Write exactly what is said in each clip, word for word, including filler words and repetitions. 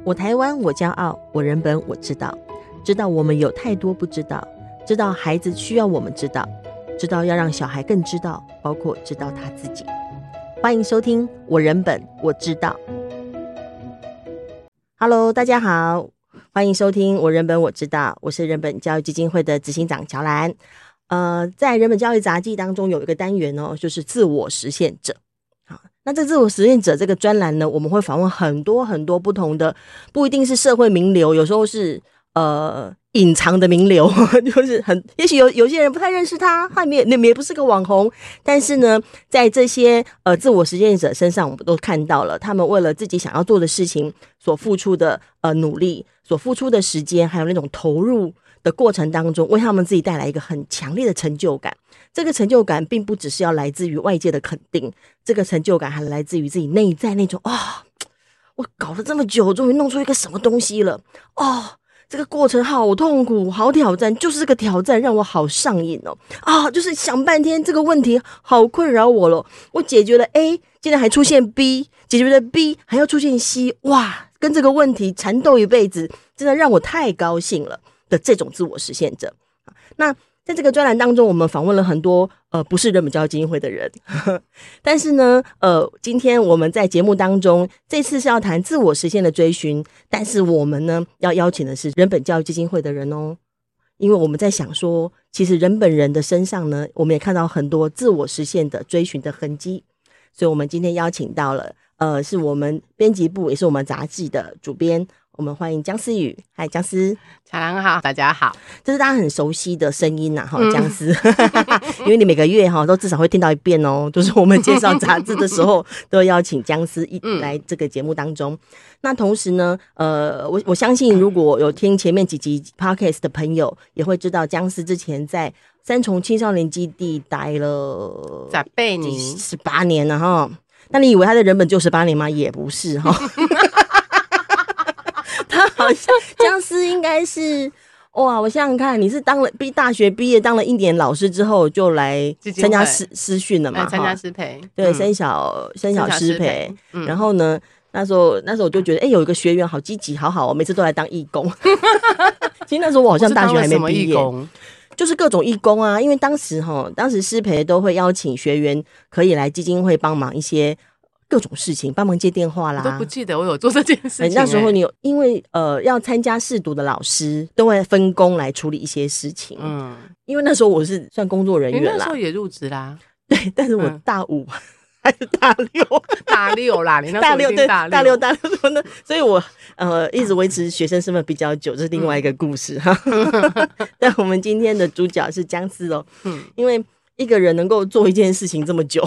我台湾我骄傲，我人本我知道，知道我们有太多不知道，知道孩子需要我们知道，知道要让小孩更知道，包括知道他自己。欢迎收听我人本我知道。 Hello 大家好，欢迎收听我人本我知道，我是人本教育基金会的执行长乔兰。呃，在人本教育杂技当中有一个单元哦，就是自我实现者。好，那这自我实现者这个专栏呢，我们会访问很多很多不同的，不一定是社会名流，有时候是呃隐藏的名流，就是很也许有有些人不太认识他，他也也不是个网红，但是呢，在这些呃自我实现者身上，我们都看到了他们为了自己想要做的事情所付出的呃努力，所付出的时间，还有那种投入的过程当中，为他们自己带来一个很强烈的成就感。这个成就感并不只是要来自于外界的肯定，这个成就感还来自于自己内在那种啊、哦，我搞了这么久，终于弄出一个什么东西了哦。这个过程好痛苦，好挑战，就是这个挑战让我好上瘾哦啊！就是想半天这个问题好困扰我了，我解决了 A， 竟然还出现 B， 解决了 B 还要出现 C， 哇，跟这个问题缠斗一辈子，真的让我太高兴了的这种自我实现者。那在这个专栏当中，我们访问了很多呃不是人本教育基金会的人，呵呵但是呢，呃，今天我们在节目当中，这次是要谈自我实现的追寻，但是我们呢要邀请的是人本教育基金会的人哦，因为我们在想说，其实人本人的身上呢，我们也看到很多自我实现的追寻的痕迹，所以我们今天邀请到了，呃，是我们编辑部也是我们杂志的主编。我们欢迎姜思宇。嗨，姜思。 乔兰好，大家好。 这是大家很熟悉的声音呐、啊，哈，姜思，因为你每个月哈都至少会听到一遍哦，就是我们介绍杂志的时候都会邀请姜思一来这个节目当中。嗯、那同时呢，呃，我我相信如果有听前面几集 podcast 的朋友，也会知道姜思之前在三重青少年基地待了十八年， 十八年了哈。那你以为他的人本就十八年吗？也不是哈。他好像姜思应该是哇，我想想看，你是当了毕大学毕业当了一年老师之后就来参加师师训了嘛？ 参加师培， 对，生小生小师培。 嗯、 然后呢，那时候那时候我就觉得，哎、欸，有一个学员好积极，好好哦，每次都来当义工。其实那时候我好像大学还没毕业，就是各种义工啊，因为当时哈，当时师培都会邀请学员可以来基金会帮忙一些。各种事情，帮忙接电话啦， 我都不记得我有做这件事情、欸。 那时候你有，因为呃要参加试读的老师都会分工来处理一些事情。嗯，因为那时候我是算工作人员啦， 你那时候也入职啦。 对，但是我大五、嗯、还是大六， 大六啦，你那时候大六对大大六大六呢，所以我呃一直维持学生身份比较久，这是另外一个故事哈。嗯、但我们今天的主角是姜思哦，嗯，因为一个人能够做一件事情这么久。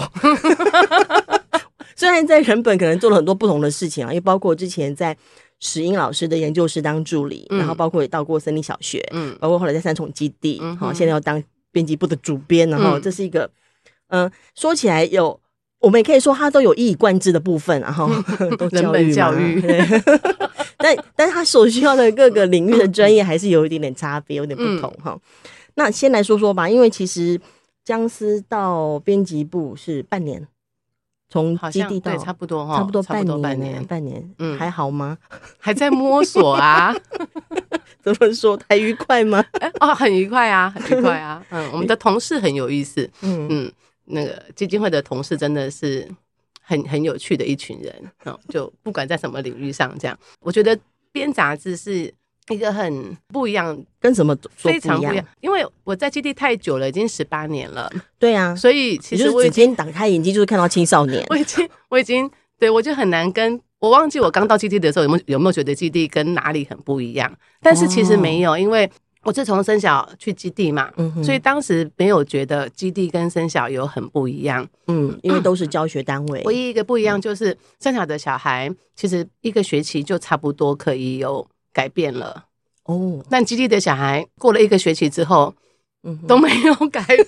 虽然在人本可能做了很多不同的事情啊，因为包括之前在史英老师的研究室当助理，嗯、然后包括也到过森林小学，嗯，包括后来在三重基地，嗯，好，现在要当编辑部的主编，然后这是一个，嗯、呃，说起来有，我们也可以说他都有一以贯之的部分，然后都人本教育， 但但他所需要的各个领域的专业还是有一点点差别，有点不同哈、嗯。那先来说说吧，因为其实姜思到编辑部是半年。从基地到对差不多差不多半年， 半年， 半年，嗯，还好吗？ 还在摸索啊。 怎么说？还愉快吗？ 欸、哦，很愉快啊，很愉快啊。嗯，我们的同事很有意思。嗯嗯，那个基金会的同事真的是很很有趣的一群人。嗯，就不管在什么领域上，这样，我觉得编杂志是一个很不一样， 跟什么说不一样？ 非常不一样，因为我在基地太久了，已经十八年了。 对啊， 所以其实我已经打开眼睛就是看到青少年。 我已经，我已经，对我就很难跟我忘记我刚到基地的时候有没有有没有觉得基地跟哪里很不一样？但是其实没有，哦、因为我是从生小去基地嘛，嗯、所以当时没有觉得基地跟生小有很不一样。 嗯，因为都是教学单位， 唯一一个不一样就是生小的小孩，其实一个学期就差不多可以有改变了。哦，但基地的小孩过了一个学期之后，嗯，都没有改变。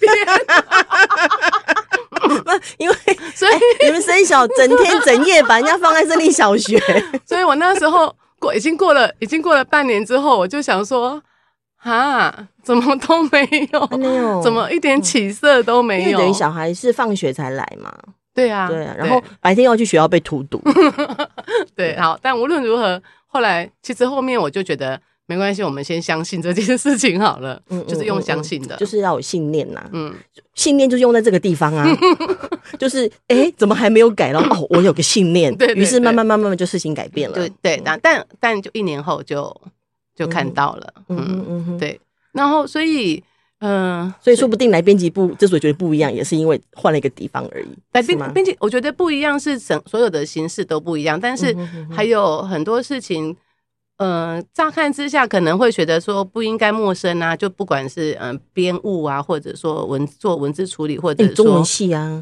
因为所以你们生小整天整夜把人家放在森林小学， 所以我那时候过已经过了已经过了半年之后，我就想说，哈，怎么都没有，没有，怎么一点起色都没有？ 因为等于小孩是放学才来嘛。 对啊， 对啊，然后白天要去学校被荼毒。 对，好，但无论如何， 后来其实后面我就觉得没关系，我们先相信这件事情好了，嗯嗯嗯嗯，就是用相信的， 就是要有信念呐、啊。嗯，信念就是用在这个地方啊，就是哎、欸，怎么还没有改了？哦，我有个信念，对对对，于是慢慢慢慢就事情改变了。 对对，但但但就一年后就就看到了，嗯 嗯, 嗯, 嗯对，然后所以。嗯、呃， 所以说不定来编辑部之所以觉得不一样，也是因为换了一个地方而已。 来编编辑，我觉得不一样是整所有的形式都不一样，但是还有很多事情，呃，乍看之下可能会觉得说不应该陌生啊，就不管是嗯、呃、编务啊，或者说文做文字处理，或者说、欸、 中文系啊，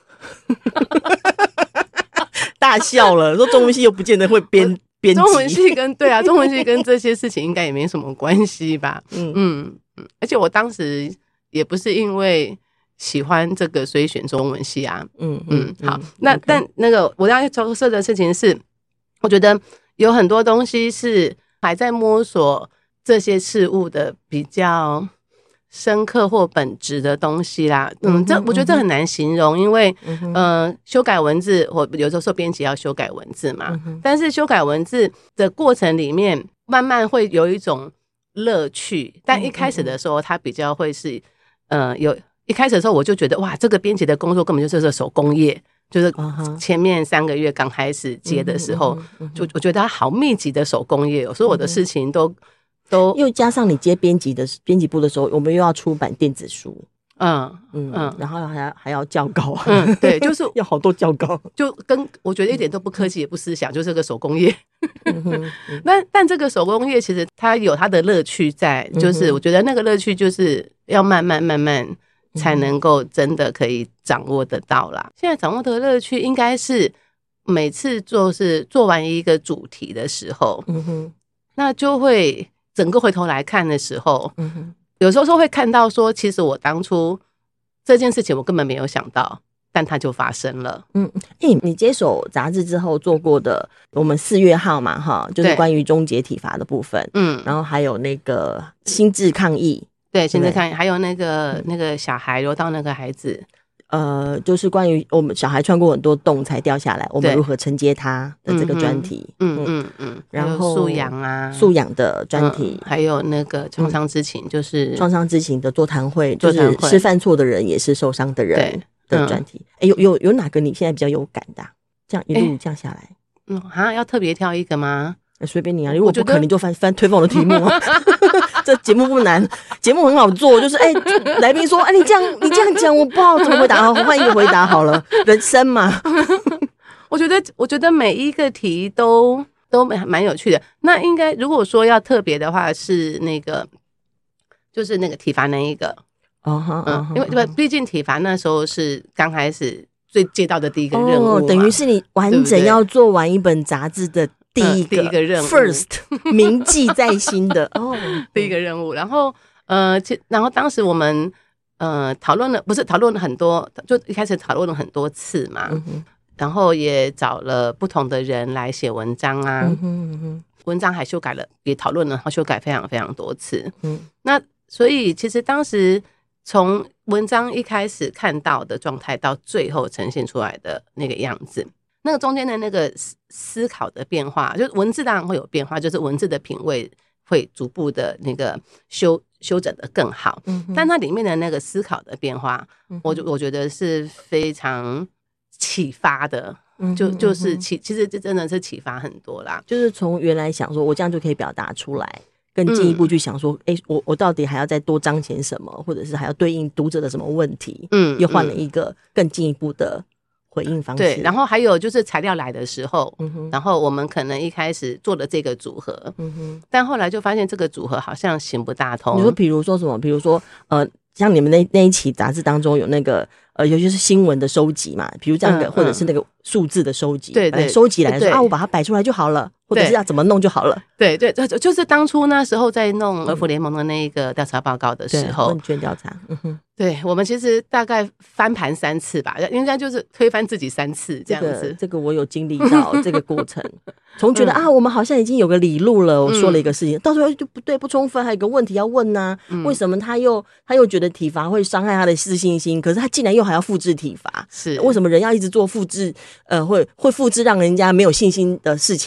大笑了，说中文系又不见得会编编辑， 中文系跟对啊，中文系跟这些事情应该也没什么关系吧？嗯嗯。而且我当时也不是因为喜欢这个所以选中文系啊，嗯嗯，好，嗯那 okay. 但那个我要投射的事情是，我觉得有很多东西是还在摸索这些事物的比较深刻或本质的东西啦，嗯，这我觉得这很难形容，因为嗯、呃，修改文字，我有的时候编辑要修改文字嘛，但是修改文字的过程里面，慢慢会有一种乐趣，但一开始的时候，它比较会是，呃，有一开始的时候，我就觉得哇，这个编辑的工作根本就是手工业，就是前面三个月刚开始接的时候，就我觉得它好密集的手工业，所有的事情都都又加上你接编辑的编辑部的时候，我们又要出版电子书。嗯嗯嗯，然后还要还要校稿， 嗯，对，就是要好多校稿， 就跟我觉得一点都不科技也不思想，就是个手工业。嗯嗯、但但这个手工业其实它有它的乐趣在，就是我觉得那个乐趣就是要慢慢慢慢才能够真的可以掌握得到啦。现在掌握的乐趣应该是每次做是做完一个主题的时候，嗯哼，那就会整个回头来看的时候，嗯哼。有时候会看到说，其实我当初这件事情我根本没有想到，但它就发生了。 嗯，欸、你接手杂志之后做过的，我们四月号嘛，哈，就是关于终结体罚的部分。嗯，然后还有那个心智抗议， 对，心智抗议，还有那个、嗯、那个小孩柔道那个孩子。 呃，就是关于我们小孩穿过很多洞才掉下来，我们如何承接他的这个专题， 嗯嗯嗯，然后素养啊， 素养的专题、 嗯，还有那个创伤知情，就是创伤知情的座谈会，就是是犯错的人也是受伤的人的专题。哎、嗯欸，有有有哪个你现在比较有感的、啊？这样一路这样下来， 嗯，啊，要特别挑一个吗？ 随便你啊，如果不可能就翻翻推翻我的题目啊。这节目不难，节目很好做，就是哎、欸，来宾说哎、欸，你这样你这样讲，我不知道怎么回答，好，换一个回答好了，人生嘛。 我觉得我觉得每一个题都都蛮有趣的。那应该如果说要特别的话，是那个就是那个体罚那一个，哦、uh huh, 嗯， uh huh, 因为毕竟体罚那时候是刚开始最接到的第一个任务、哦， 等于是你完整要做完一本杂志的。第一个、 嗯、第一个任务 ，first 铭记在心的哦， 第一个任务。然后呃，然后当时我们呃讨论了，不是讨论了很多，就一开始讨论了很多次嘛。嗯、哼然后也找了不同的人来写文章啊，嗯哼嗯哼文章还修改了，也讨论了，然后修改非常非常多次。嗯，那所以其实当时从文章一开始看到的状态，到最后呈现出来的那个样子。那个中间的那个思考的变化，就是文字当然会有变化，就是文字的品味会逐步的那个修修整的更好，嗯、但它里面的那个思考的变化，嗯、我就我觉得是非常启发的，嗯、就就是启其实这真的是启发很多啦， 就是从原来想说我这样就可以表达出来，更进一步去想说，哎、嗯欸，我我到底还要再多彰显什么，或者是还要对应读者的什么问题，嗯，又换了一个更进一步的。回应方式对，然后还有就是材料来的时候，嗯、哼然后我们可能一开始做了这个组合，嗯、哼但后来就发现这个组合好像行不大通。 你说，比如说什么？比如说，呃，像你们那那一期杂志当中有那个，呃，尤其是新闻的收集嘛，比如这样的，嗯、或者是那个数字的收集，对对，收集来说啊，我把它摆出来就好了。或者是要怎么弄就好了。 对对，就是当初那时候在弄儿福联盟的那一个调查报告的时候， 问卷调查，嗯哼， 对我们其实大概翻盘三次吧，应该就是推翻自己三次这样子。 这个、这个我有经历到这个过程，从觉得、嗯、啊，我们好像已经有个理路了，我说了一个事情，嗯、到时候就不对不充分，还有一个问题要问呢、啊嗯，为什么他又他又觉得体罚会伤害他的自信心，可是他竟然又还要复制体罚， 是为什么人要一直做复制？呃，会会复制让人家没有信心的事情？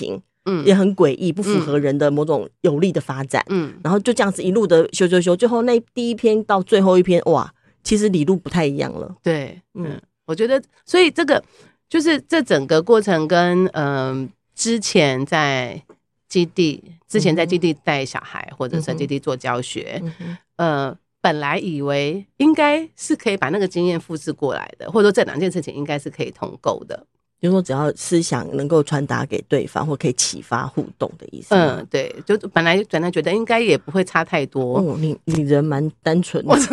嗯，也很诡异，不符合人的某种有利的发展，嗯，然后就这样子一路的修修修，最后那第一篇到最后一篇，哇，其实理路不太一样了。 对，嗯，我觉得，所以这个就是这整个过程跟嗯、呃、之前在基地，之前在基地带小孩，嗯、或者在基地做教学，嗯、呃。本来以为应该是可以把那个经验复制过来的，或者说这两件事情应该是可以同构的， 就是说只要思想能够传达给对方，或可以启发互动的意思。 嗯，对，就本来本来觉得应该也不会差太多。 哦，你你人蛮单纯的，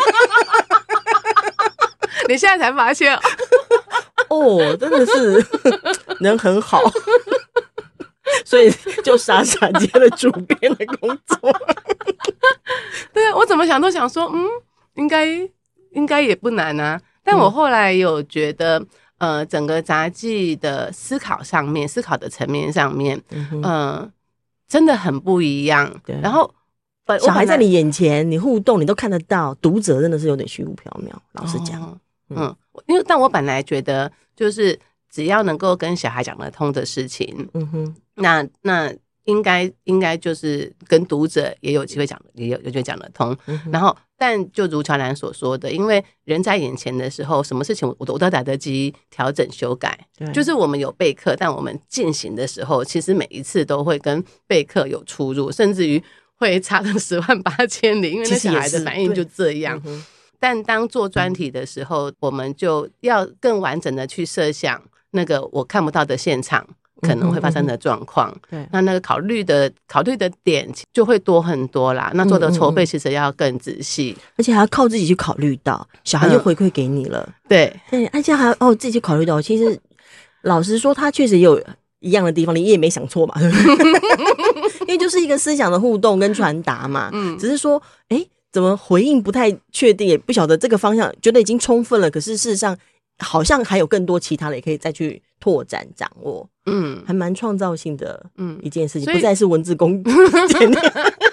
你现在才发现哦，真的是人很好，所以就傻傻接了主编的工作。 对啊，我怎么想都想说，嗯，应该应该也不难啊。但我后来有觉得，呃，整个杂技的思考上面，思考的层面上面，嗯、呃，真的很不一样。然后， 小孩在你眼前，你互动，你都看得到，读者真的是有点虚无缥缈。老实讲， 哦、嗯，因为但我本来觉得，就是只要能够跟小孩讲得通的事情，嗯哼，那那。应该应该就是跟读者也有机会讲，也有有机会讲得通。嗯、然后，但就如乔兰所说的，因为人在眼前的时候，什么事情我都我都来得及调整修改。就是我们有备课，但我们进行的时候，其实每一次都会跟备课有出入，甚至于会差了十万八千里，因为那小孩的反应就这样。嗯、但当做专题的时候，我们就要更完整的去设想那个我看不到的现场。可能会发生的状况，嗯嗯嗯，那那个考虑的考虑的点就会多很多啦。那做的筹备其实要更仔细， 而且还要靠自己去考虑到，小孩就回馈给你了。嗯、 对对，而且还要哦自己去考虑到。其实老实说，他确实有一样的地方，你也没想错嘛，因为就是一个思想的互动跟传达嘛。嗯，只是说，哎，怎么回应不太确定，也不晓得这个方向，觉得已经充分了，可是事实上好像还有更多其他的，也可以再去拓展掌握。嗯，还蛮创造性的，嗯，一件事情，不再是文字工简练。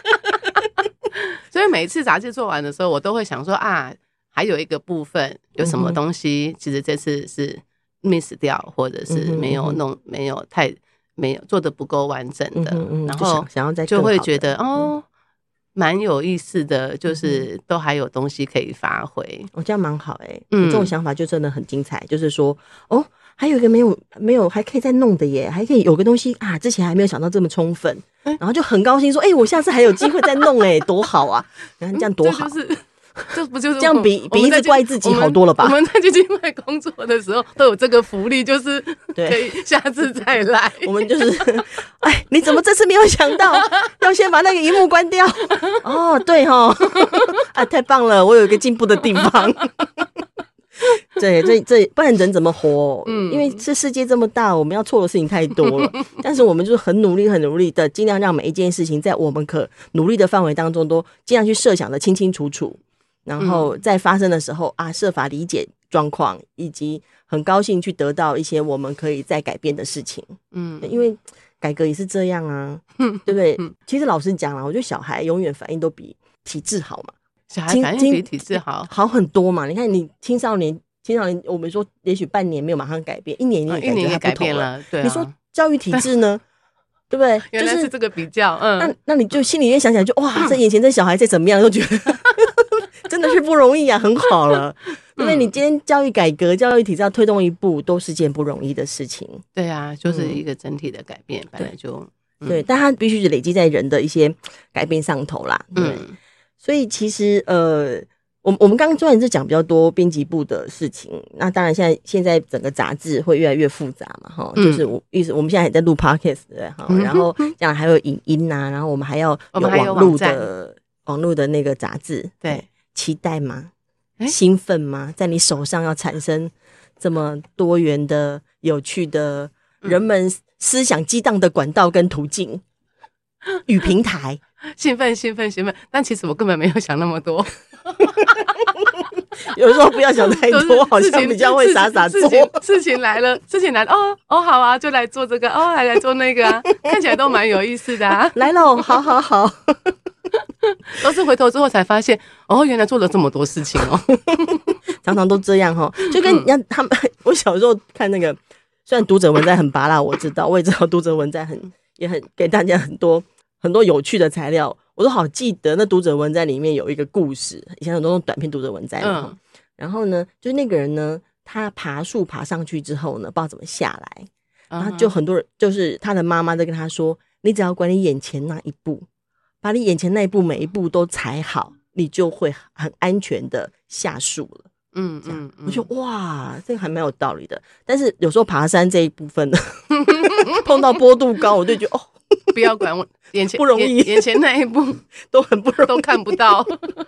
所以每一次杂志做完的时候，我都会想说啊，还有一个部分有什么东西，其实这次是 miss 掉，或者是没有弄，没有太没有做得不够完整的，嗯嗯，然后想要再就会觉得哦，蛮有意思的，就是都还有东西可以发挥。 哦，这样蛮好哎、欸，嗯，这种想法就真的很精彩，就是说哦。还有一个没有没有还可以再弄的耶，还可以有个东西啊，之前还没有想到这么充分，然后就很高兴说，哎、欸，我下次还有机会再弄哎，多好啊！然后这样多好， 这就是这不就是这样比比一直怪自己好多了吧？ 我们在基金会工作的时候都有这个福利，就是可以下次再来。 我们就是，哎，你怎么这次没有想到要先把那个萤幕关掉？哦，对齁，啊，太棒了，我有一个进步的地方。对，这这不然人怎么活？嗯，因为这世界这么大，我们要错的事情太多了。但是我们就是很努力、很努力的，尽量让每一件事情在我们可努力的范围当中，都尽量去设想的清清楚楚。然后在发生的时候啊，设法理解状况，以及很高兴去得到一些我们可以再改变的事情。嗯，因为改革也是这样啊，对不对？其实老实讲啦，我觉得小孩永远反应都比体制好嘛。 小孩反应比体制好好很多嘛？你看，你青少年，青少年，我们说也许半年没有马上改变，一年你也感觉它不同了。 对、啊， 你说教育体制呢？对不对？ 原来是这个比较，嗯， 那那你就心里面想想就，就哇，这眼前这小孩再怎么样，都觉得真的是不容易啊，很好了。因为你今天教育改革、教育体制要推动一步，都是件不容易的事情。 对啊，就是一个整体的改变，嗯、本来就、 嗯、对，但它必须是累积在人的一些改变上头啦。对。嗯，所以其实呃，我我们刚刚虽然是讲比较多编辑部的事情，那当然现在现在整个杂志会越来越复杂嘛，哈、嗯，就是我意思我们现在也在录 podcast 对哈、嗯，然后这样还有影音啊，然后我们还要有网络的网络的那个杂志， 对， 期待吗？兴奋吗？在你手上要产生这么多元的、有趣的、人们思想激荡的管道跟途径与平台。 兴奋兴奋兴奋，但其实我根本没有想那么多。 有时候不要想太多，好像比较会傻傻做。 事情事情来了，事情来了，哦哦，好啊，就来做这个，哦，还来做那个啊，看起来都蛮有意思的啊。 来了，好好好。 都是回头之后才发现，哦，原来做了这么多事情哦。 常常都这样哈，就跟你他们，我小时候看那个，虽然读者文摘很拔辣，我知道，我也知道读者文摘很也很给大家很多很多有趣的材料。我都好记得那读者文摘里面有一个故事，以前很多那种短篇读者文摘嘛、嗯、然后呢就是那个人呢他爬树爬上去之后呢不知道怎么下来，然后就很多人就是他的妈妈在跟他说，你只要管你眼前那一步，把你眼前那一步每一步都踩好，你就会很安全的下树了。嗯嗯，我觉得哇这个还蛮有道理的。但是有时候爬山这一部分呢碰到坡度高我就觉得哦不要管我眼前不容易， 眼前那一步都很不容易， 都看不到。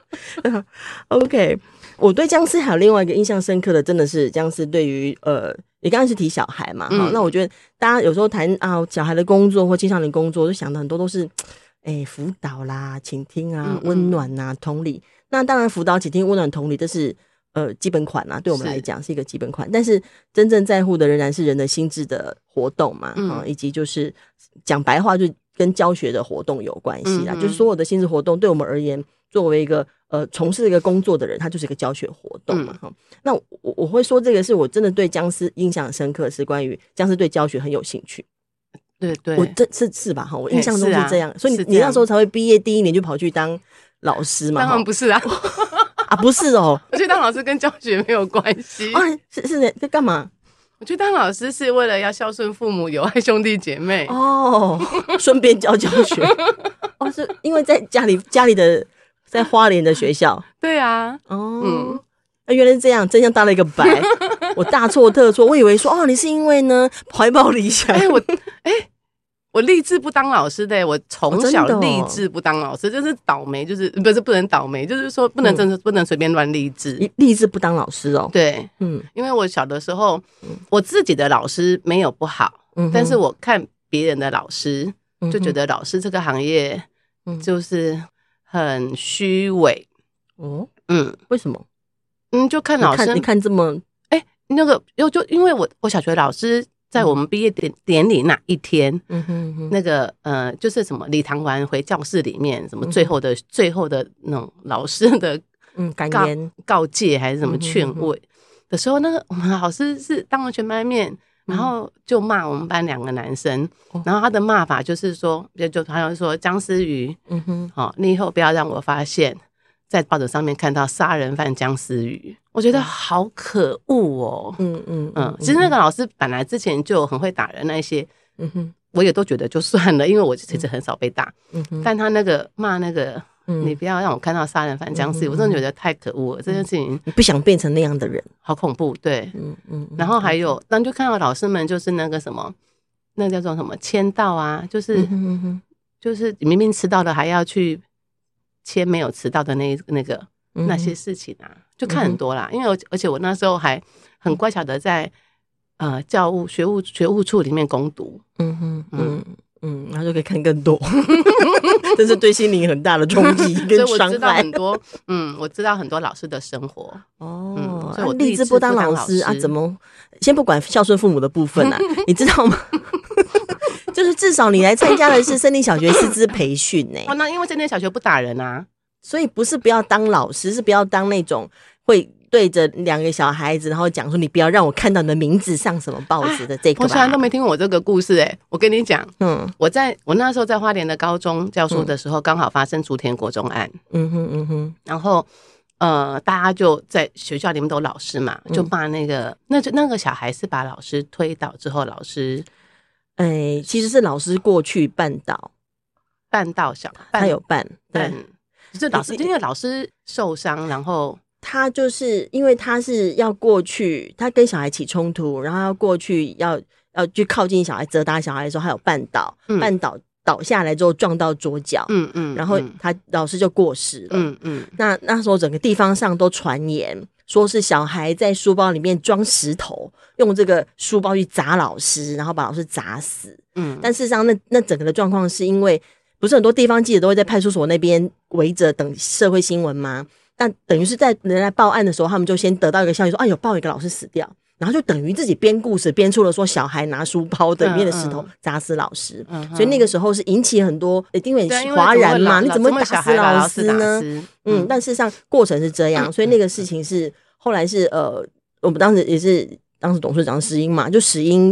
OK， 我对僵尸还有另外一个印象深刻的，真的是僵尸对于呃，你刚刚是提小孩嘛，嗯、那我觉得大家有时候谈啊小孩的工作或青少年工作，就想的很多都是哎辅导啦、倾听啊、温暖啊、同理。那当然辅导、倾听、温暖、同理，这是呃基本款啦，对我们来讲是一个基本款。但是真正在乎的仍然是人的心智的活动嘛，嗯、以及就是讲白话就跟教学的活动有关系啦。嗯、就是所有的心智活动对我们而言，作为一个呃从事一个工作的人，他就是一个教学活动嘛。嗯、那我我会说这个是我真的对僵尸印象深刻，是关于僵尸对教学很有兴趣。 对对， 我这是是吧？我印象中是这样，啊、所以你你那时候才会毕业第一年就跑去当老师嘛？ 当然不是啊， 啊不是哦， 我去当老师跟教学没有关系。 啊，是是在干嘛？ 我去当老师是为了要孝顺父母、友爱兄弟姐妹哦，顺便教教学。哦，是因为在家里家里的在花莲的学校。 对啊， 哦，嗯。啊、原来是这样，真相大了一个白，我大错特错，我以为说哦，你是因为呢怀抱理想。 哎、欸，我哎、欸，我立志不当老师的，我从小立志不当老师，就是倒霉，就是不是不能倒霉，就是说不能真的、嗯、不能随便乱立志， 立志不当老师哦。 对，嗯，因为我小的时候，我自己的老师没有不好，嗯、但是我看别人的老师，就觉得老师这个行业就是很虚伪。 哦，嗯，为什么？ 嗯，就看老师， 你 看, 你看这么， 哎、欸，那个又就因为我我小学老师在我们毕业典典礼那一天，嗯哼哼，那个呃，就是什么礼堂完回教室里面，什么最后的、嗯、最后的那种老师的嗯感言告诫还是什么劝慰的时候，那个我们老师是当着全班面，然后就骂我们班两个男生，嗯、然后他的骂法就是说，就就好像说僵尸鱼，嗯哼，好、哦，你以后不要让我发现。在报纸上面看到杀人犯僵尸鱼，我觉得好可恶哦。嗯嗯嗯，其实那个老师本来之前就很会打人那些，嗯哼，我也都觉得就算了，因为我其实很少被打。嗯哼，但他那个骂那个，嗯、你不要让我看到杀人犯僵尸鱼，嗯、我真的觉得太可恶了。这件事情， 你不想变成那样的人， 好恐怖。对，嗯嗯。然后还有，当就看到老师们就是那个什么，那叫做什么签到啊，就是、嗯、哼就是明明迟到了还要去。签没有迟到的那那个、嗯、那些事情啊，就看很多啦。嗯、因为我而且我那时候还很乖巧的在呃教务学务学务处里面攻读，嗯哼嗯嗯，然后就可以看更多，这是对心灵很大的冲击跟伤害。 所以我知道很多，嗯，我知道很多老师的生活哦。嗯、所以我立志不当老师啊，怎么先不管孝顺父母的部分啊，你知道吗？就是至少你来参加的是森林小学师资培训呢、欸。 哦，那因为森林小学不打人啊， 所以不是不要当老师，是不要当那种会对着两个小孩子，然后讲说你不要让我看到你的名字上什么报纸的这个吧。 我虽然都没听过我这个故事哎、欸，我跟你讲，嗯，我在我那时候在花莲的高中教书的时候，刚、嗯、好发生竹田国中案，嗯哼嗯哼，然后呃，大家就在学校里面都有老师嘛，就骂那个、嗯、那就那个小孩是把老师推倒之后，老师。 哎、欸，其实是老师过去绊倒， 绊倒小， 他有绊，对， 就是老师因为老师受伤，然后他就是因为他是要过去，他跟小孩起冲突，然后要过去要要去靠近小孩责打小孩的时候，他有绊倒，绊、嗯、倒倒下来之后撞到桌角，嗯嗯，然后他老师就过世了，嗯嗯，那那时候整个地方上都传言。说是小孩在书包里面装石头，用这个书包去砸老师，然后把老师砸死。嗯，但事实上那那整个的状况是因为不是很多地方记者都会在派出所那边围着等社会新闻吗？但等于是在人来报案的时候，他们就先得到一个消息说，啊有报一个老师死掉，然后就等于自己编故事编出了说小孩拿书包的里面的石头砸死老师，嗯嗯、所以那个时候是引起很多因为哗然嘛，你怎么会打死老师呢？嗯, 嗯，但事实上过程是这样，所以那个事情是后来是呃，我们当时也是当时董事长石英嘛，就石英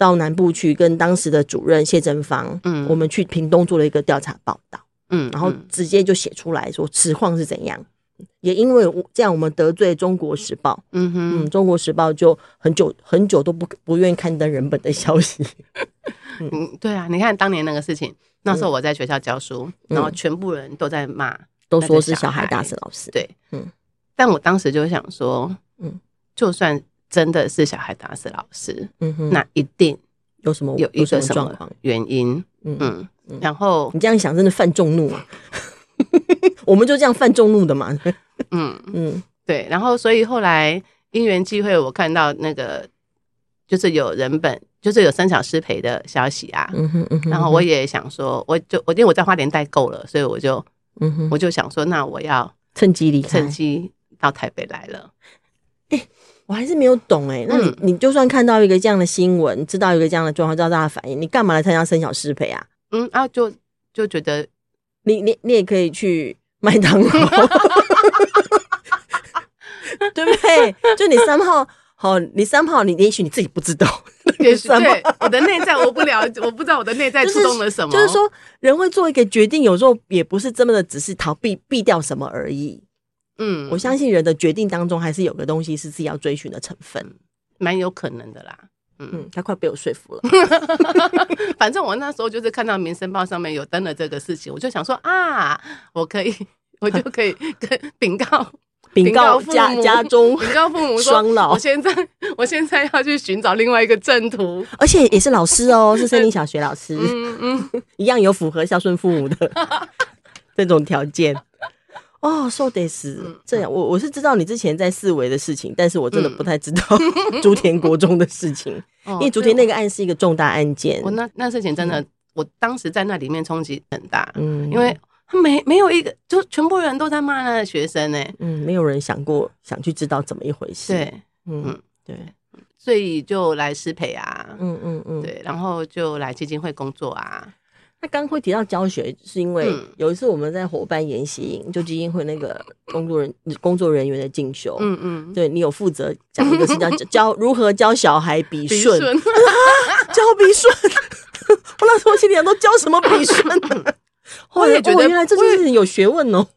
到南部去跟当时的主任谢振芳，嗯，我们去屏东做了一个调查报道，嗯，然后直接就写出来说实况是怎样。也因为这样，我们得罪中国时报，嗯哼，嗯，中国时报就很久很久都不不愿意刊登人本的消息。 嗯，对啊，你看当年那个事情，那时候我在学校教书，嗯、然后全部人都在骂， 都说是小孩打死老师。 对，嗯，但我当时就想说，嗯，就算真的是小孩打死老师，嗯哼，那一定有什么有一个什么原因，嗯嗯，嗯然后你这样想，真的犯众怒啊。我们就这样犯众怒的嘛。 嗯嗯，对。然后，所以后来因缘际会，我看到那个就是有人本，就是有生小师培的消息啊。嗯哼嗯哼。然后我也想说，我就我因为我在花莲待够了，所以我就嗯哼，我就想说，那我要趁机离开， 趁机到台北来了。 哎、欸，我还是没有懂哎、欸。那你、嗯、你就算看到一个这样的新闻，知道一个这样的状况，知道大家的反应，你干嘛来参加生小师培啊？ 嗯啊，就就觉得。 你你你也可以去麦当劳，对不对？就你三号，好，你三号，你也许你自己不知道， 也许对我的内在我不了解，我不知道我的内在触动了什么。 就是、就是说，人会做一个决定，有时候也不是真的只是逃避避掉什么而已。嗯，我相信人的决定当中还是有个东西是自己要追寻的成分， 蛮有可能的啦。 嗯，他快被我说服了。 反正我那时候就是看到《民生报》上面有登了这个事情，我就想说啊，我可以，我就可以跟禀告、 禀告家家中禀告父母说， 双老， 我现在我现在要去寻找另外一个正途， 而且也是老师哦，是森林小学老师，嗯嗯，一样有符合孝顺父母的这种条件。哦，说得是这样，我我是知道你之前在四维的事情，但是我真的不太知道竹田国中的事情，因为竹田那个案是一个重大案件。 我那那事情真的，我当时在那里面冲击很大，嗯，因为没没有一个，就全部人都在骂那个学生哎， 嗯，没有人想过想去知道怎么一回事， 对，嗯对，所以就来师培啊，嗯嗯嗯，对，然后就来基金会工作啊。 那刚刚会提到教学，是因为有一次我们在伙伴研习营，就基金会那个工作人工作人员的进修，嗯嗯，对你有负责讲一个是叫教如何教小孩笔顺，教笔顺，我那时候心里想都教什么笔顺呢？ 我也觉得、 哦、原来这件事情有学问哦。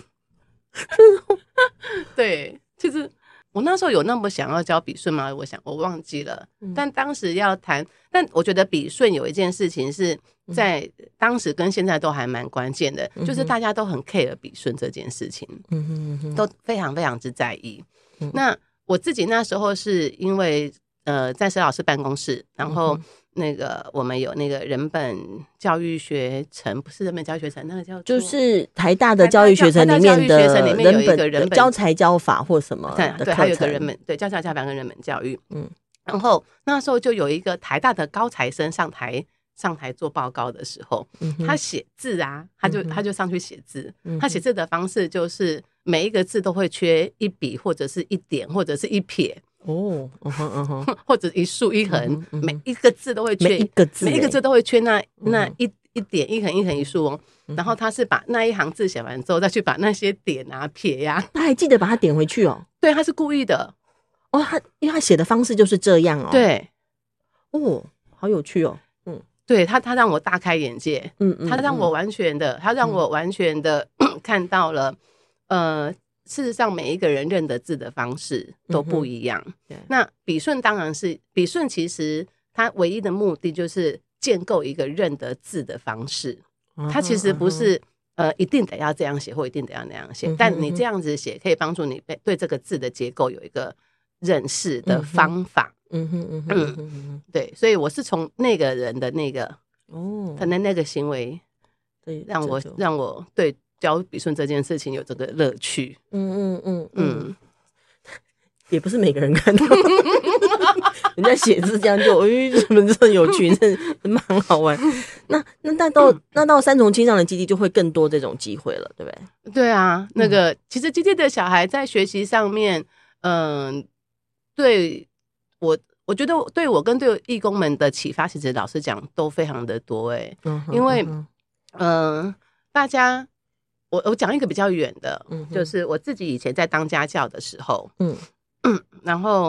对，其实我那时候有那么想要教笔顺吗？我想我忘记了，嗯、但当时要谈，但我觉得笔顺有一件事情是在当时跟现在都还蛮关键的，嗯、就是大家都很 care 笔顺这件事情，嗯哼哼，都非常非常之在意。嗯、那我自己那时候是因为呃在施老师办公室，然后。嗯那个我们有那个人本教育学程，不是人本教育学程，那个叫就是台大的教育学程里面的人本人本教材教法或什么的课程， 对，还有一个人本对教材教法跟人本教育，嗯，然后那时候就有一个台大的高材生上台上台做报告的时候，嗯、他写字啊，他就、嗯、他就上去写字，嗯、他写字的方式就是每一个字都会缺一笔或者是一点或者是一撇。哦，嗯哼嗯哼，或者一竖一横，嗯嗯、每一个字都会缺每一个字， 每一个字都会缺那、嗯、那一一点一横一横一竖哦。嗯、然后他是把那一行字写完之后，再去把那些点啊撇呀、啊， 他还记得把它点回去哦。 对，他是故意的哦，他因为他写的方式就是这样哦。 对， 哦，好有趣哦。 嗯，对他他让我大开眼界，嗯嗯，他让我完全的，他让我完全的、嗯、看到了，呃。事实上，每一个人认得字的方式都不一样。嗯、那笔顺当然是笔顺，其实它唯一的目的就是建构一个认得字的方式。嗯、它其实不是、嗯、呃一定得要这样写，或一定得要那样写。嗯、但你这样子写，可以帮助你对这个字的结构有一个认识的方法。嗯哼嗯哼嗯哼，对，所以我是从那个人的那个哦，他的那个行为，对，让我让我对。教笔顺这件事情有这个乐趣，嗯嗯嗯嗯， 也不是每个人看到人家写字这样就哎，怎么这么有趣，真蛮好玩。那那那到那到三重青少年基地就会更多这种机会了，对不对？ 对啊，那个、嗯、其实基地的小孩在学习上面，嗯、呃，对我我觉得对我跟对义工们的启发，其实老实讲都非常的多哎、欸，嗯、因为嗯、呃，大家。我我讲一个比较远的，嗯、就是我自己以前在当家教的时候，嗯，然后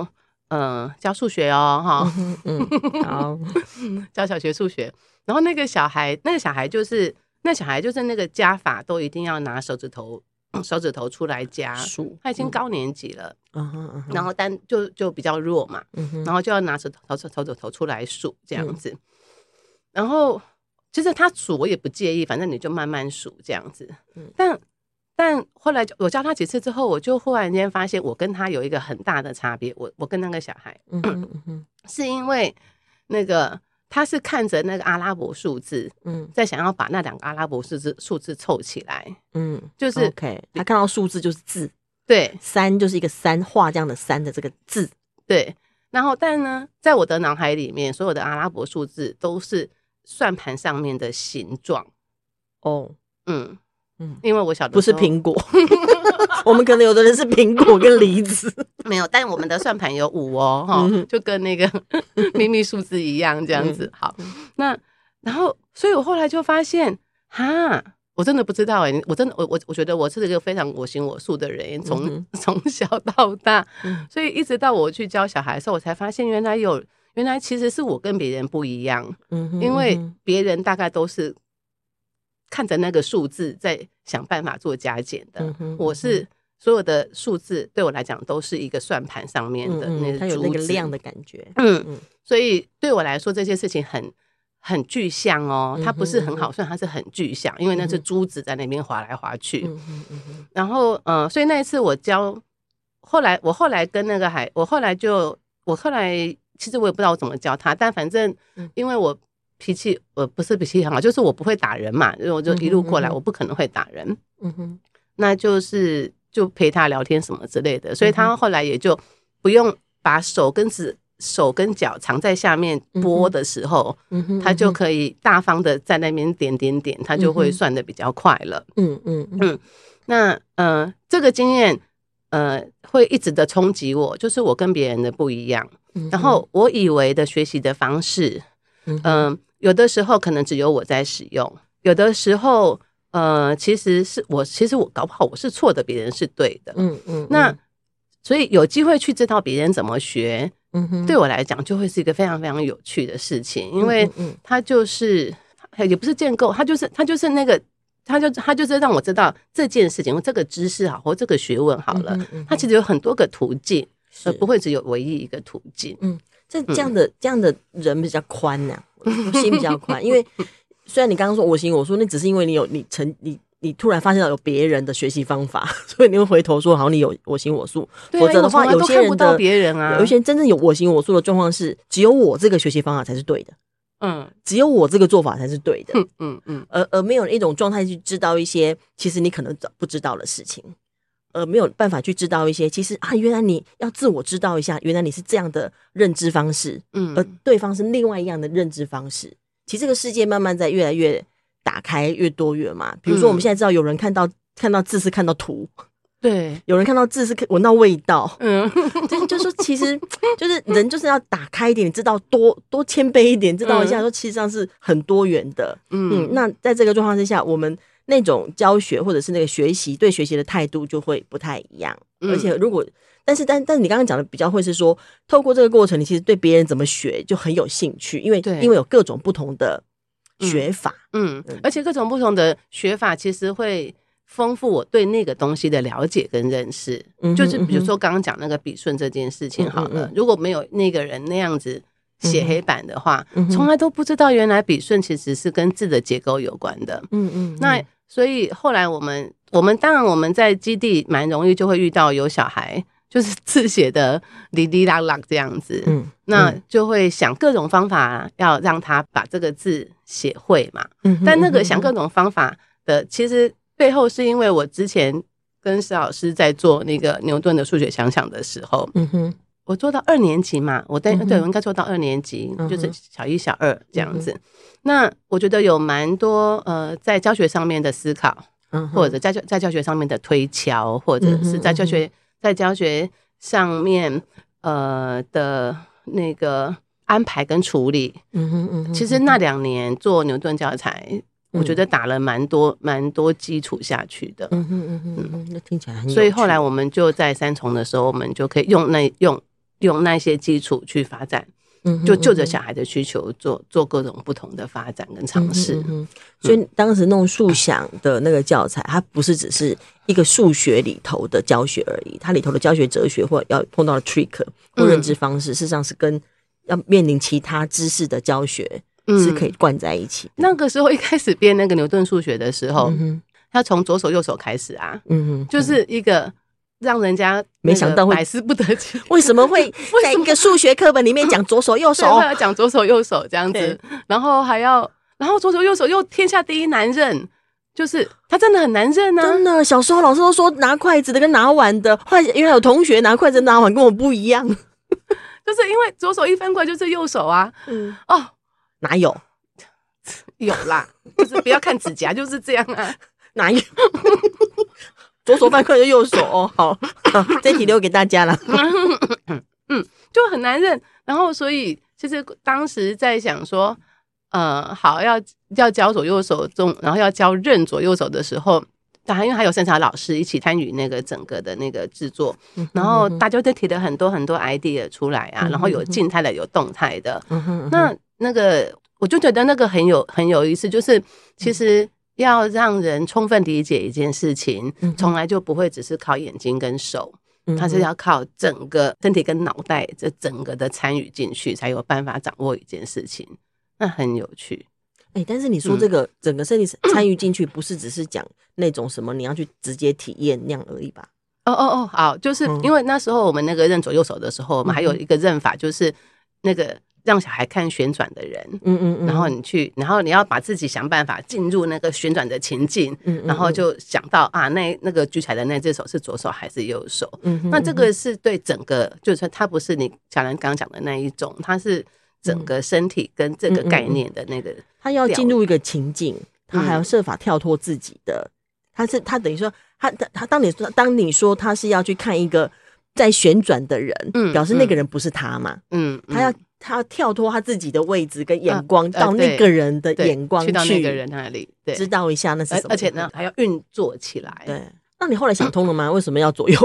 呃教数学哦，哈， 嗯嗯，好， 教小学数学。然后那个小孩，那个小孩就是那小孩就是那个加法都一定要拿手指头手指头出来加， 数他已经高年级了， 嗯哼嗯哼， 然后但就就比较弱嘛， 嗯哼， 然后就要拿手头手指头出来数这样子。嗯、然后其实他数我也不介意，反正你就慢慢数这样子。嗯、但但后来我教他几次之后，我就忽然间发现我跟他有一个很大的差别。我我跟那个小孩，嗯哼嗯哼，是因为那个。他是看着那个阿拉伯数字，嗯，在想要把那两个阿拉伯数字数字凑起来，嗯，就是 OK， 他看到数字就是字， 对， 三就是一个三画这样的三的这个字， 对。然后，但呢，在我的脑海里面，所有的阿拉伯数字都是算盘上面的形状。哦，嗯嗯，因为我晓得不是苹果，我们可能有的人是苹果跟梨子， 没有，但我们的算盘有五哦，哈、嗯，就跟那个秘密数字一样，这样子。好，那然后，所以我后来就发现，哈，我真的不知道哎、欸，我真的，我我我觉得我是一个非常我行我素的人，从从、嗯、小到大，所以一直到我去教小孩的时候，我才发现原来有，原来其实是我跟别人不一样，嗯、因为别人大概都是。看着那个数字在想办法做加减的，嗯哼嗯哼，我是所有的数字对我来讲都是一个算盘上面的那个珠子，嗯嗯， 它有那个量的感觉， 嗯嗯，所以对我来说这些事情很很具象哦，它不是很好算，它是很具象，因为那是珠子在那边滑来滑去，嗯哼嗯哼，然后呃，所以那一次我教，后来我后来跟那个孩，我后来就我后来其实我也不知道我怎么教他，但反正因为我。脾气我不是脾气很好，就是我不会打人嘛，我就一路过来，我不可能会打人，嗯哼，那就是就陪他聊天什么之类的，所以他后来也就不用把手跟指手跟脚藏在下面拨的时候，嗯哼，他就可以大方的在那边点点点，他就会算得比较快了，嗯嗯嗯，那呃这个经验呃会一直的冲击我，就是我跟别人的不一样，然后我以为的学习的方式，嗯、呃。有的时候可能只有我在使用，有的时候，呃，其实是我，其实我搞不好我是错的，别人是对的，嗯嗯。那所以有机会去知道别人怎么学，嗯哼，对我来讲就会是一个非常非常有趣的事情，因为它就是也不是建构，它就是它就是那个，它就它就是让我知道这件事情或这个知识好或这个学问好了，它其实有很多个途径，而不会只有唯一一个途径，嗯。 这这样的、嗯、这样的人比较宽呐、啊，心比较宽。因为虽然你刚刚说我行我素，那只是因为你有你成你你突然发现到有别人的学习方法，所以你会回头说好，你有我行我素。 对啊、 否则的话，有些人的别人啊， 有一些真正有我行我素的状况是，只有我这个学习方法才是对的。嗯，只有我这个做法才是对的。嗯嗯嗯，而而没有一种状态去知道一些其实你可能不知道的事情。呃，没有办法去知道一些，其实啊，原来你要自我知道一下，原来你是这样的认知方式，嗯，而对方是另外一样的认知方式。其实这个世界慢慢在越来越打开，越多元嘛。比如说，我们现在知道有人看到看到字是看到图， 对， 有人看到字是闻到味道，嗯，就就说其实就是人就是要打开一点，知道多多谦卑一点，知道一下说，其实上是很多元的，嗯, 嗯，那在这个状况之下，我们。那种教学或者是那个学习对学习的态度就会不太一样，嗯、而且如果但是但但是你刚刚讲的比较会是说，透过这个过程，你其实对别人怎么学就很有兴趣，因为因为有各种不同的学法， 嗯，嗯而且各种不同的学法其实会丰富我对那个东西的了解跟认识。嗯、就是比如说刚刚讲那个笔顺这件事情好了，嗯嗯嗯如果没有那个人那样子。写黑板的话，从、嗯、来都不知道原来笔顺其实是跟字的结构有关的。嗯 嗯, 嗯，那所以后来我们，我们当然我们在基地蛮容易就会遇到有小孩，就是字写的哩哩啦啦这样子，嗯，那就会想各种方法要让他把这个字写会嘛。嗯，但那个想各种方法的，其实背后是因为我之前跟施老师在做那个牛顿的数学想想的时候，嗯哼。我做到二年级嘛，我对、嗯、对我应该做到二年级，嗯、就是小一、小二这样子。嗯、那我觉得有蛮多呃，在教学上面的思考，嗯、或者在在教学上面的推敲，或者是在教学、嗯、在教学上面呃的那个安排跟处理。嗯哼嗯哼其实那两年做牛顿教材，嗯、我觉得打了蛮多蛮多基础下去的。嗯哼嗯哼嗯，那听起来很有趣。所以后来我们就在三重的时候，我们就可以用那用。 用那些基础去发展。就就着小孩的需求做做各种不同的发展跟尝试、嗯嗯， 所以当时弄数想的那个教材，它不是只是一个数学里头的教学而已，它里头的教学哲学或要碰到的 trick 或认知方式，嗯、事实上是跟要面临其他知识的教学是可以灌在一起、嗯。 那个时候一开始编那个牛顿数学的时候，嗯、他从左手右手开始啊，嗯、就是一个。让人家没想到会百思不得其解， 为什么会在一个数学课本里面讲左手右手？ 要讲左手右手这样子，然后还要，然后左手右手又天下第一难认，就是他真的很难认啊！ 真的，小时候老师都说拿筷子的跟拿碗的，后来因为有同学拿筷子拿碗跟我不一样， 就是因为左手一翻过来就是右手啊。嗯，哦， 哪有？ 有啦，就是不要看指甲，就是这样啊， 哪有？左手翻过来就右手哦，好，好，这题留给大家了。 嗯，就很难认。然后，所以其实当时在想说，呃，好，要要教左右手中，然后要教认左右手的时候，当然因为还有盛茶老师一起参与那个整个的那个制作，然后大家都提了很多很多 idea 出来啊，然后有静态的，有动态的。那那个我就觉得那个很有很有意思，就是其实。要让人充分理解一件事情，从来就不会只是靠眼睛跟手，它是要靠整个身体跟脑袋这整个的参与进去，才有办法掌握一件事情，那很有趣。 欸、但是你说这个整个身体参与进去，不是只是讲那种什么你要去直接体验那样而已吧？ 哦哦哦，好，就是因为那时候我们那个认左右手的时候，我们还有一个认法，就是那个。让小孩看旋转的人，嗯嗯嗯，然后你去，然后你要把自己想办法进入那个旋转的情境，嗯嗯嗯，然后就想到啊，那那个举起来的那只手是左手还是右手？嗯嗯，那这个是对整个，就是它不是你小兰刚刚讲的那一种，它是整个身体跟这个概念的那个， 他要进入一个情境，他还要设法跳脱自己的，他是他等于说，他他当你说当你说他是要去看一个在旋转的人，嗯，表示那个人不是他嘛，嗯，他要。他要跳脱他自己的位置跟眼光，到那个人的眼光 去,、 呃呃、去到那个人那里，对， 知道一下那是什么， 而且呢还要运作起来。 对，那你后来想通了吗？为什么要左右？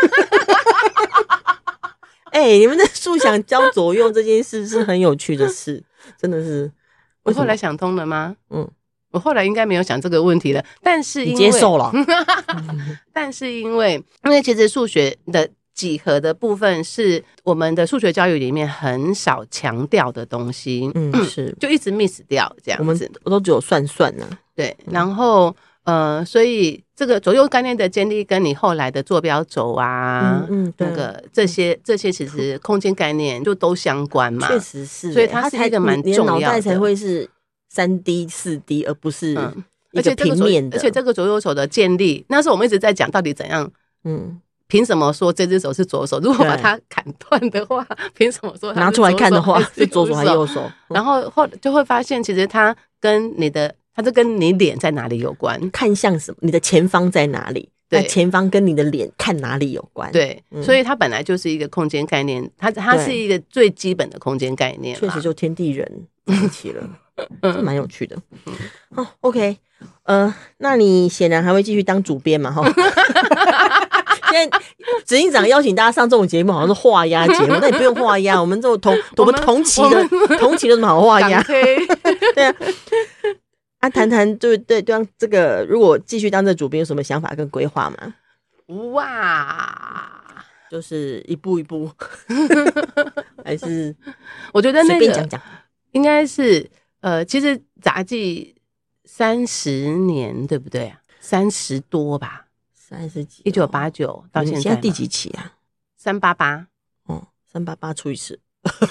哎、欸，你们的数想教左右这件事是很有趣的事，真的是。 我后来想通了吗？嗯，我后来应该没有想这个问题了，但是因为你接受了， 但是因为因为其实数学的。几何的部分是我们的数学教育里面很少强调的东西，嗯，是就一直 miss 掉这样子， 我们我都只有算算呢、啊， 对，然后呃，所以这个左右概念的建立跟你后来的坐标轴啊，嗯嗯，那个这些这些其实空间概念就都相关嘛， 确实是， 所以它是一个蛮重要的， 脑袋才会是三 D 四 D， 而不是一个平面的， 而且这个左右手的建立，那时候我们一直在讲到底怎样，嗯。凭什么说这只手是左手？如果把它砍断的话，凭什么说它拿出来看的话是左手还是右手？ 然后后就会发现，其实它跟你的，它就跟你脸在哪里有关， 看向什么，你的前方在哪里？对，前方跟你的脸看哪里有关？ 对，嗯、所以它本来就是一个空间概念，它它是一个最基本的空间概念， 确实就天地人在一起了，这蛮有趣的。哦 ，OK， 呃，那你显然还会继续当主编嘛？哈。现在执行长邀请大家上这种节目，好像是画押节目，那也不用画押，我们这种同我们同期的同期的什么好画押？对啊，啊，谈谈对对对，这个如果继续当这主编，有什么想法跟规划吗？ 哇， 就是一步一步，还是我觉得那个随便讲讲， 应该是呃，其实杂技三十年，对不对啊？三十多吧。 三十几， 一九八九到现在， 现在第几期啊？ 三八八， 哦，三八八除以十，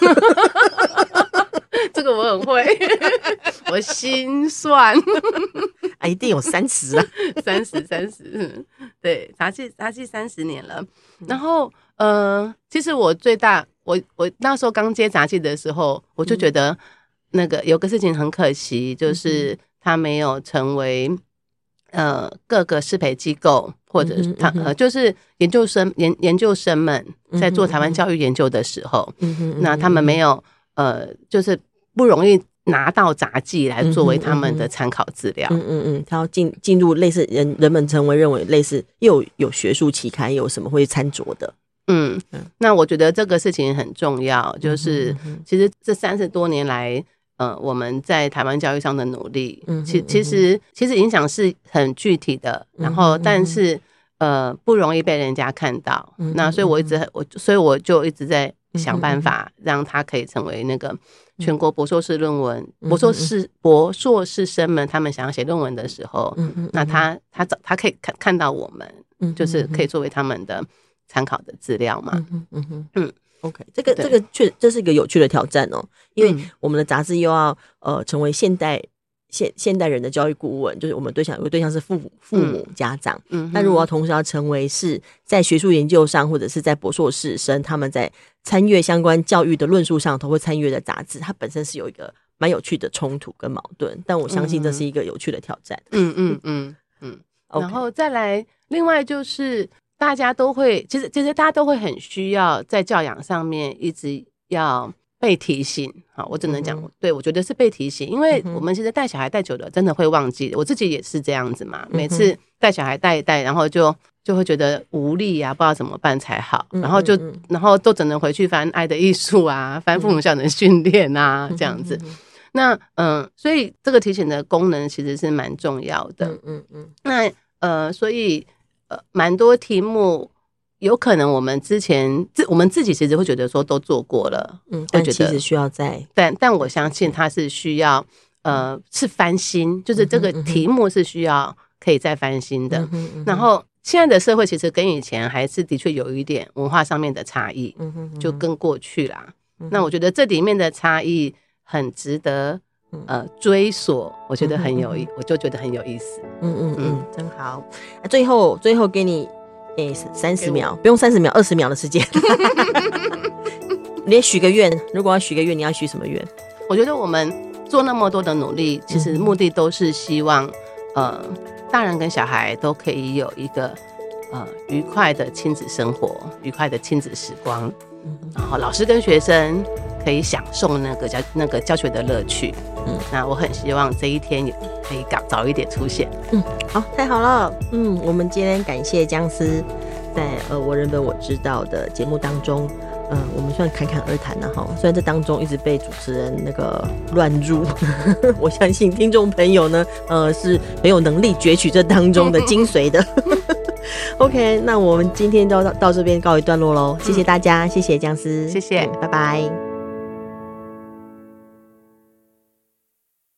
这个我很会，我心算， 啊，一定有三十啊， 三十三十，对，杂技杂技三十年了。然后，呃，其实我最大，我我那时候刚接杂技的时候，我就觉得那个有个事情很可惜，就是他没有成为。呃，各个师培机构或者他、嗯、呃，就是研究生研研究生们在做台湾教育研究的时候，嗯、那他们没有呃，就是不容易拿到杂技来作为他们的参考资料。 嗯嗯嗯，他要进进入类似人人们成为认为类似又有学术期刊，有什么会参酌的。 嗯，那我觉得这个事情很重要，就是其实这三十多年来，呃，我们在台湾教育上的努力，其其实其实影响是很具体的，然后但是呃不容易被人家看到。那所以我一直我所以我就一直在想办法让它可以成为那个全国博硕士论文，博硕士博硕士生们他们想要写论文的时候，那他他找他可以看看到我们，就是可以作为他们的参考的资料嘛。嗯嗯嗯嗯 ，OK， 这个这个确这是一个有趣的挑战哦，因为我们的杂志又要呃成为现代现现代人的教育顾问，就是我们对象有个对象是父母父母家长，嗯，但如果要同时要成为是在学术研究上或者是在博硕士生他们在参阅相关教育的论述上都会参阅的杂志，它本身是有一个蛮有趣的冲突跟矛盾，但我相信这是一个有趣的挑战。嗯嗯嗯嗯，然后再来，另外就是大家都会，其实其实大家都会很需要在教养上面一直要被提醒。好，我只能讲，嗯、对我觉得是被提醒，因为我们其实带小孩带久了，真的会忘记。我自己也是这样子嘛，每次带小孩带一带，然后就就会觉得无力啊，不知道怎么办才好，然后就然后都只能回去翻《爱的艺术》啊，翻父母效能训练啊，这样子。那嗯，所以这个提醒的功能其实是蛮重要的。嗯嗯嗯。那呃，所以呃，蛮多题目有可能我们之前自我们自己其实会觉得说都做过了，嗯， 但其实需要再， 但但我相信它是需要呃是翻新，就是这个题目是需要可以再翻新的。嗯嗯嗯、然后现在的社会其实跟以前还是的确有一点文化上面的差异，嗯嗯嗯、就跟过去啦。嗯、那我觉得这里面的差异很值得呃追索，我觉得很有意，嗯、我就觉得很有意思。 嗯嗯嗯，真好。最后最后给你诶三十秒，不用三十秒，二十秒的时间。你也许个愿，如果要许个愿，你要许什么愿？ 我觉得我们做那么多的努力，其实目的都是希望，呃，大人跟小孩都可以有一个呃愉快的亲子生活，愉快的亲子时光。然后老师跟学生可以享受那个教那个教学的乐趣。嗯，那我很希望这一天也可以早一点出现。 嗯，好，太好了。嗯，我们今天感谢姜丝在呃我人本我知道的节目当中，呃，我们算侃侃而谈了哈。虽然这当中一直被主持人那个乱入，我相信听众朋友呢，呃，是很有能力攫取这当中的精髓的。OK， 那我们今天就到到这边告一段落喽，谢谢大家，谢谢姜丝， 谢谢， 嗯、拜拜。